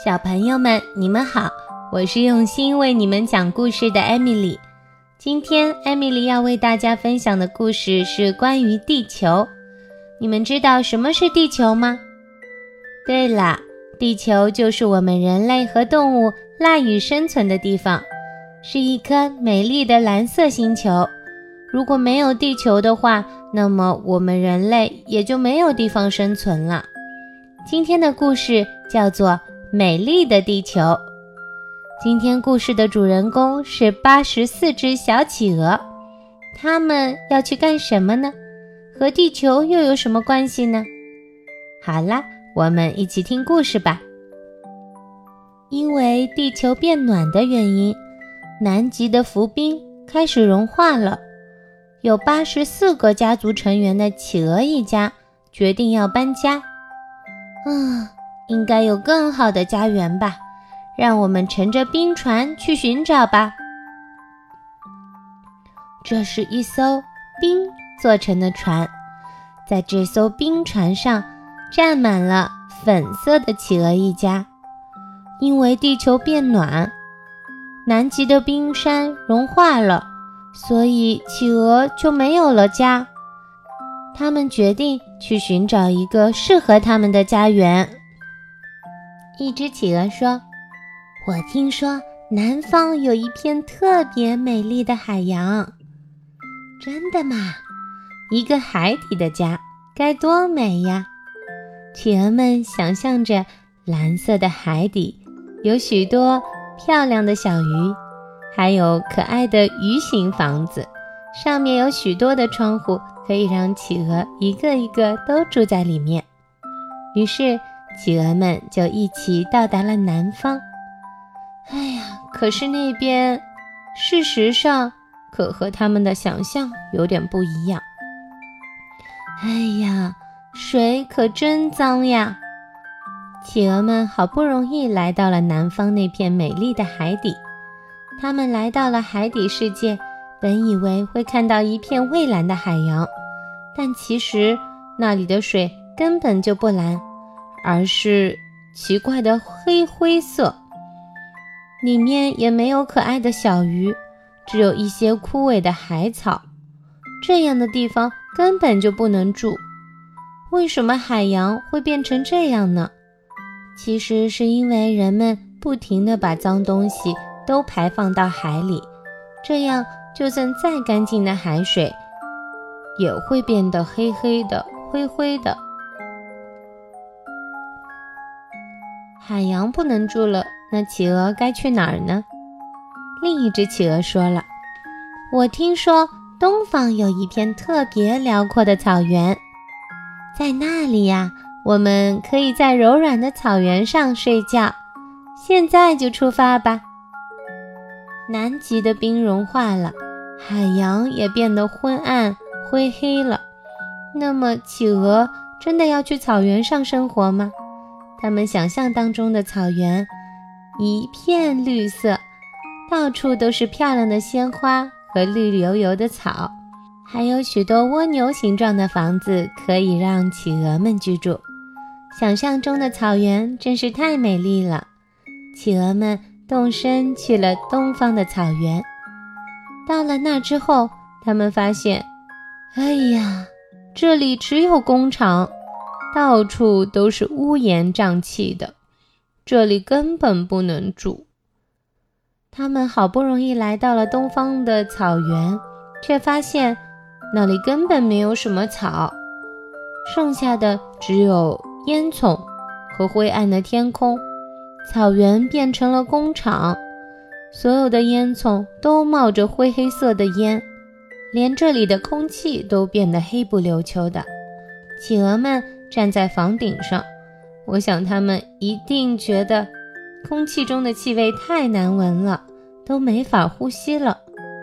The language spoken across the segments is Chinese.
小朋友们，你们好，我是用心为你们讲故事的艾米丽。今天艾米丽要为大家分享的故事是关于地球。你们知道什么是地球吗？对了，地球就是我们人类和动物赖以生存的地方，是一颗美丽的蓝色星球。如果没有地球的话，那么我们人类也就没有地方生存了。今天的故事叫做美丽的地球。今天故事的主人公是84只小企鹅，它们要去干什么呢？和地球又有什么关系呢？好啦，我们一起听故事吧。因为地球变暖的原因，南极的浮冰开始融化了。有84个家族成员的企鹅一家决定要搬家。应该有更好的家园吧，让我们乘着冰船去寻找吧。这是一艘冰做成的船，在这艘冰船上站满了粉色的企鹅一家。因为地球变暖，南极的冰山融化了，所以企鹅就没有了家。他们决定去寻找一个适合他们的家园。一只企鹅说，我听说南方有一片特别美丽的海洋。真的吗？一个海底的家该多美呀！企鹅们想象着蓝色的海底有许多漂亮的小鱼，还有可爱的鱼形房子，上面有许多的窗户，可以让企鹅一个一个都住在里面。于是企鹅们就一起到达了南方。可是那边事实上可和他们的想象有点不一样。水可真脏呀！企鹅们好不容易来到了南方那片美丽的海底。他们来到了海底世界，本以为会看到一片蔚蓝的海洋，但其实那里的水根本就不蓝，而是奇怪的灰色。里面也没有可爱的小鱼，只有一些枯萎的海草。这样的地方根本就不能住。为什么海洋会变成这样呢？其实是因为人们不停地把脏东西都排放到海里，这样就算再干净的海水也会变得黑黑的、灰灰的。海洋不能住了，那企鹅该去哪儿呢？另一只企鹅说了，我听说东方有一片特别辽阔的草原，在那里呀，我们可以在柔软的草原上睡觉。现在就出发吧。南极的冰融化了，海洋也变得昏暗灰黑了。那么企鹅真的要去草原上生活吗？他们想象当中的草原一片绿色，到处都是漂亮的鲜花和绿油油的草，还有许多蜗牛形状的房子可以让企鹅们居住。想象中的草原真是太美丽了。企鹅们动身去了东方的草原。到了那之后，他们发现，这里只有工厂，到处都是乌烟瘴气的，这里根本不能住。他们好不容易来到了东方的草原，却发现那里根本没有什么草，剩下的只有烟囱和灰暗的天空。草原变成了工厂，所有的烟囱都冒着灰黑色的烟，连这里的空气都变得黑不溜秋的。企鹅们站在房顶上，我想他们一定觉得空气中的气味太难闻了，都没法呼吸了。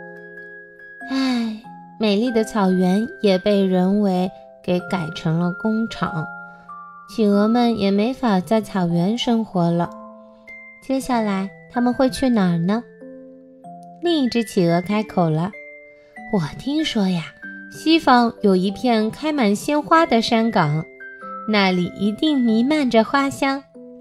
美丽的草原也被人为给改成了工厂，企鹅们也没法在草原生活了。接下来他们会去哪儿呢？另一只企鹅开口了，我听说呀，西方有一片开满鲜花的山岗，那里一定弥漫着花香，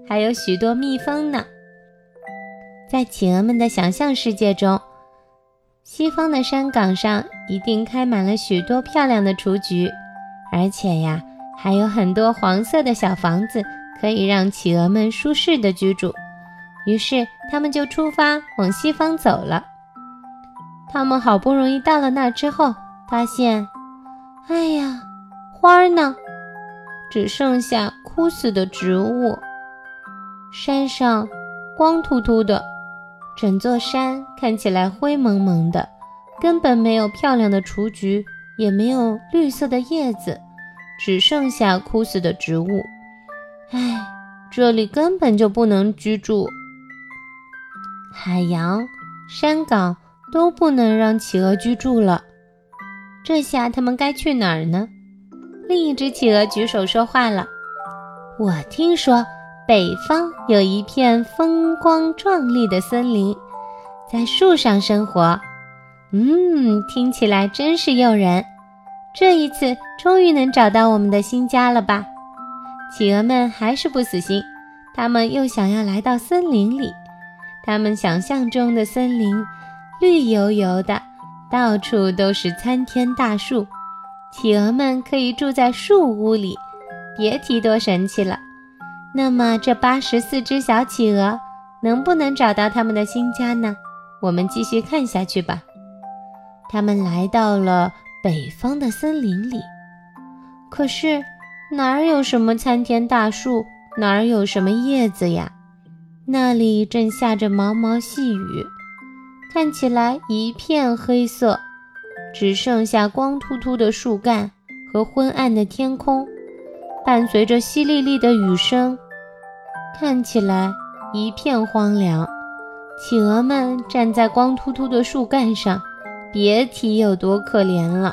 还有许多蜜蜂呢。在企鹅们的想象世界中，西方的山岗上一定开满了许多漂亮的雏菊，而且呀，还有很多黄色的小房子可以让企鹅们舒适的居住。于是他们就出发往西方走了。他们好不容易到了那儿之后，发现，哎呀，花呢？只剩下枯死的植物。山上光秃秃的，整座山看起来灰蒙蒙的，根本没有漂亮的雏菊，也没有绿色的叶子，只剩下枯死的植物。唉，这里根本就不能居住。海洋、山岗都不能让企鹅居住了，这下他们该去哪儿呢？另一只企鹅举手说话了：我听说北方有一片风光壮丽的森林，在树上生活。听起来真是诱人。这一次终于能找到我们的新家了吧？企鹅们还是不死心，他们又想要来到森林里。他们想象中的森林绿油油的，到处都是参天大树，企鹅们可以住在树屋里，别提多神奇了。那么这84只小企鹅能不能找到他们的新家呢？我们继续看下去吧。他们来到了北方的森林里，可是哪儿有什么参天大树，哪儿有什么叶子呀？那里正下着毛毛细雨，看起来一片黑色，只剩下光秃秃的树干和昏暗的天空，伴随着淅沥沥的雨声，看起来一片荒凉。企鹅们站在光秃秃的树干上，别提有多可怜了。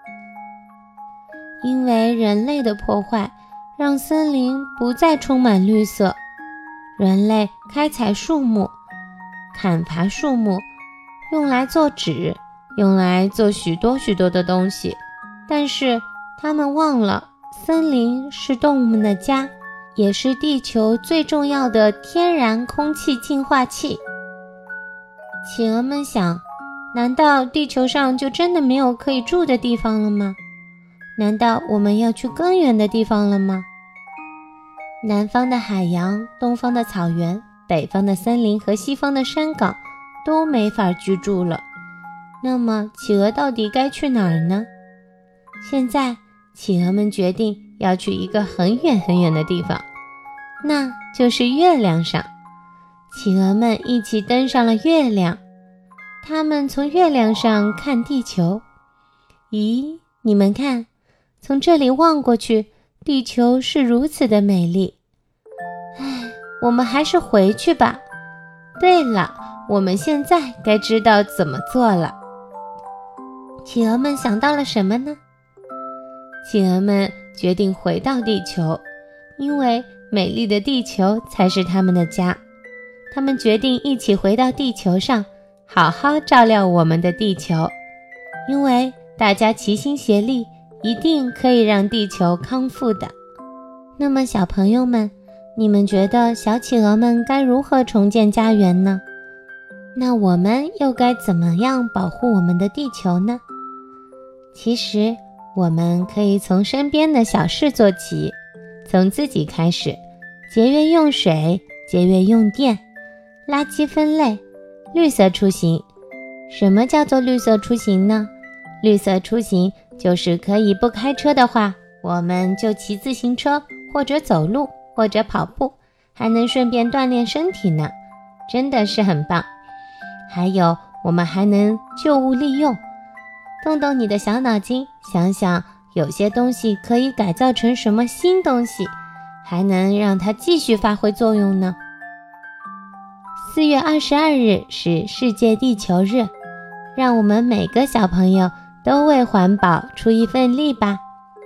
因为人类的破坏，让森林不再充满绿色。人类开采树木，砍伐树木，用来做纸，用来做许多许多的东西。但是他们忘了，森林是动物们的家，也是地球最重要的天然空气净化器。企鹅们想，难道地球上就真的没有可以住的地方了吗？难道我们要去更远的地方了吗？南方的海洋，东方的草原，北方的森林和西方的山岗都没法居住了。那么企鹅到底该去哪儿呢？现在企鹅们决定要去一个很远很远的地方，那就是月亮上。企鹅们一起登上了月亮，他们从月亮上看地球。咦，你们看，从这里望过去，地球是如此的美丽。我们还是回去吧。对了，我们现在该知道怎么做了。企鹅们想到了什么呢？企鹅们决定回到地球，因为美丽的地球才是他们的家。他们决定一起回到地球上，好好照料我们的地球，因为大家齐心协力，一定可以让地球康复的。那么小朋友们，你们觉得小企鹅们该如何重建家园呢？那我们又该怎么样保护我们的地球呢？其实我们可以从身边的小事做起，从自己开始，节约用水，节约用电，垃圾分类，绿色出行。什么叫做绿色出行呢？绿色出行就是可以不开车的话，我们就骑自行车，或者走路，或者跑步，还能顺便锻炼身体呢，真的是很棒。还有，我们还能旧物利用，动动你的小脑筋，想想有些东西可以改造成什么新东西，还能让它继续发挥作用呢。4月22日是世界地球日，让我们每个小朋友都为环保出一份力吧。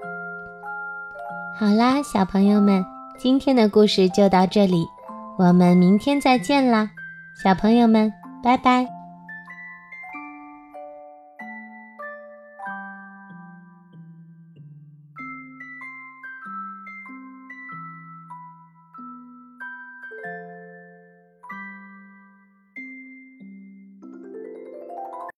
好啦，小朋友们，今天的故事就到这里，我们明天再见啦，小朋友们，拜拜。